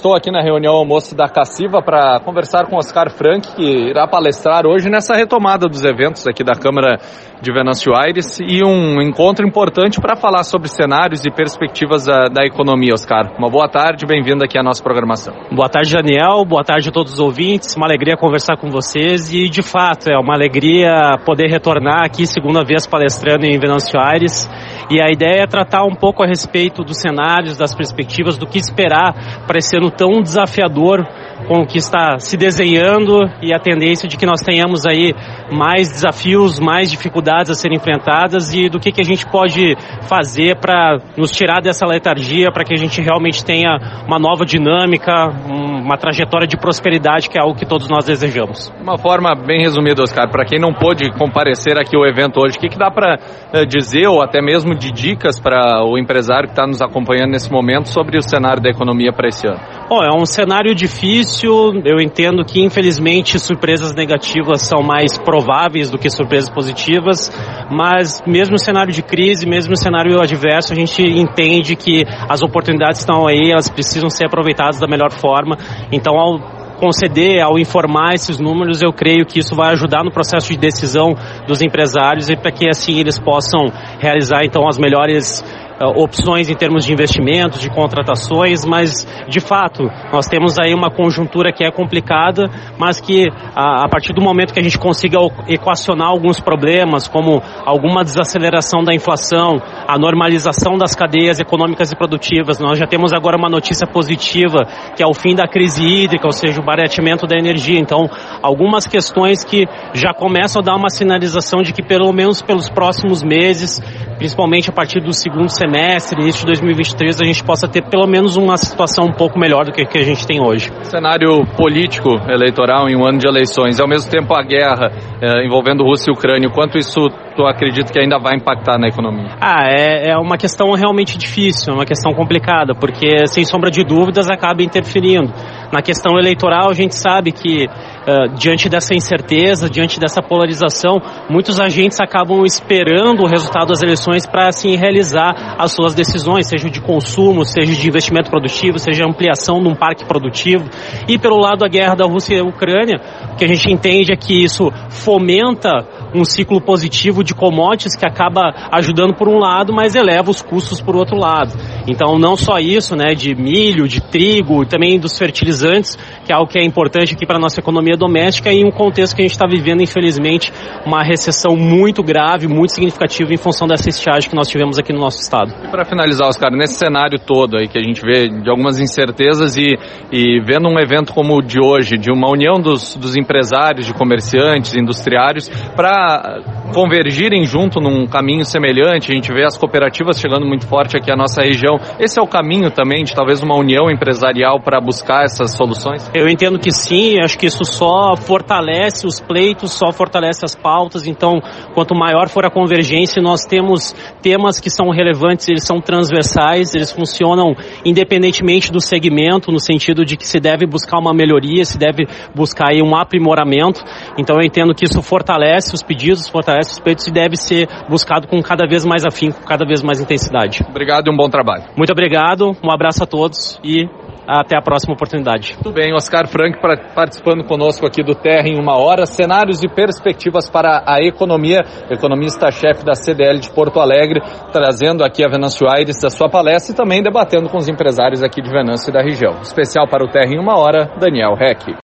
estou aqui na reunião almoço da Cassiva para conversar com Oscar Frank, que irá palestrar hoje nessa retomada dos eventos aqui da Câmara de Venâncio Aires e um encontro importante para falar sobre cenários e perspectivas da economia. Oscar, uma boa tarde, bem-vindo aqui à nossa programação. Boa tarde, Daniel, boa tarde a todos os ouvintes, uma alegria conversar com vocês e, de fato, é uma alegria poder retornar aqui, segunda vez palestrando em Venâncio Aires, e a ideia é tratar um pouco a respeito dos cenários, das perspectivas, do que esperar para esse ano tão desafiador com o que está se desenhando e a tendência de que nós tenhamos aí mais desafios, mais dificuldades a serem enfrentadas e do que a gente pode fazer para nos tirar dessa letargia, para que a gente realmente tenha uma nova dinâmica, uma trajetória de prosperidade, que é algo que todos nós desejamos. Uma forma bem resumida, Oscar, para quem não pôde comparecer aqui ao evento hoje, o que dá para dizer ou até mesmo de dicas para o empresário que está nos acompanhando nesse momento sobre o cenário da economia para esse ano? Bom, é um cenário difícil, eu entendo que infelizmente surpresas negativas são mais prováveis do que surpresas positivas, mas mesmo no cenário de crise, mesmo no cenário adverso, a gente entende que as oportunidades estão aí, elas precisam ser aproveitadas da melhor forma, então ao conceder, ao informar esses números, eu creio que isso vai ajudar no processo de decisão dos empresários e para que assim eles possam realizar então as melhores opções em termos de investimentos, de contratações, mas de fato nós temos aí uma conjuntura que é complicada, mas que a partir do momento que a gente consiga equacionar alguns problemas, como alguma desaceleração da inflação, a normalização das cadeias econômicas e produtivas, nós já temos agora uma notícia positiva, que é o fim da crise hídrica, ou seja, o barateamento da energia. Então, algumas questões que já começam a dar uma sinalização de que pelo menos pelos próximos meses, principalmente a partir do segundo semestre, início de 2023, a gente possa ter pelo menos uma situação um pouco melhor do que a gente tem hoje. Cenário político eleitoral em um ano de eleições, e ao mesmo tempo a guerra envolvendo Rússia e Ucrânia, o quanto isso tu acredita que ainda vai impactar na economia? É uma questão realmente difícil, é uma questão complicada, porque sem sombra de dúvidas acaba interferindo. Na questão eleitoral a gente sabe que diante dessa incerteza, diante dessa polarização, muitos agentes acabam esperando o resultado das eleições para assim realizar as suas decisões, seja de consumo, seja de investimento produtivo, seja ampliação de um parque produtivo. E pelo lado da guerra da Rússia e da Ucrânia, o que a gente entende é que isso fomenta um ciclo positivo de commodities que acaba ajudando por um lado, mas eleva os custos por outro lado. Então não só isso, né, de milho, de trigo e também dos fertilizantes, que é algo que é importante aqui para a nossa economia doméstica e em um contexto que a gente está vivendo, infelizmente, uma recessão muito grave, muito significativa em função dessa estiagem que nós tivemos aqui no nosso estado. E para finalizar, Oscar, nesse cenário todo aí que a gente vê de algumas incertezas e vendo um evento como o de hoje, de uma união dos empresários, de comerciantes, industriários, para convergirem junto num caminho semelhante, a gente vê as cooperativas chegando muito forte aqui à nossa região. Esse é o caminho também de talvez uma união empresarial para buscar essas soluções? Eu entendo que sim, acho que isso só fortalece os pleitos, só fortalece as pautas, então quanto maior for a convergência, nós temos temas que são relevantes, eles são transversais, eles funcionam independentemente do segmento, no sentido de que se deve buscar uma melhoria, se deve buscar aí um aprimoramento, então eu entendo que isso fortalece os pedidos, fortalece os pleitos e deve ser buscado com cada vez mais afinco, com cada vez mais intensidade. Obrigado e um bom trabalho. Muito obrigado, um abraço a todos e até a próxima oportunidade. Tudo bem, Oscar Frank participando conosco aqui do Terra em uma hora, cenários e perspectivas para a economia, economista-chefe da CDL de Porto Alegre, trazendo aqui a Venâncio Aires da sua palestra e também debatendo com os empresários aqui de Venâncio e da região. Especial para o Terra em uma hora, Daniel Heck.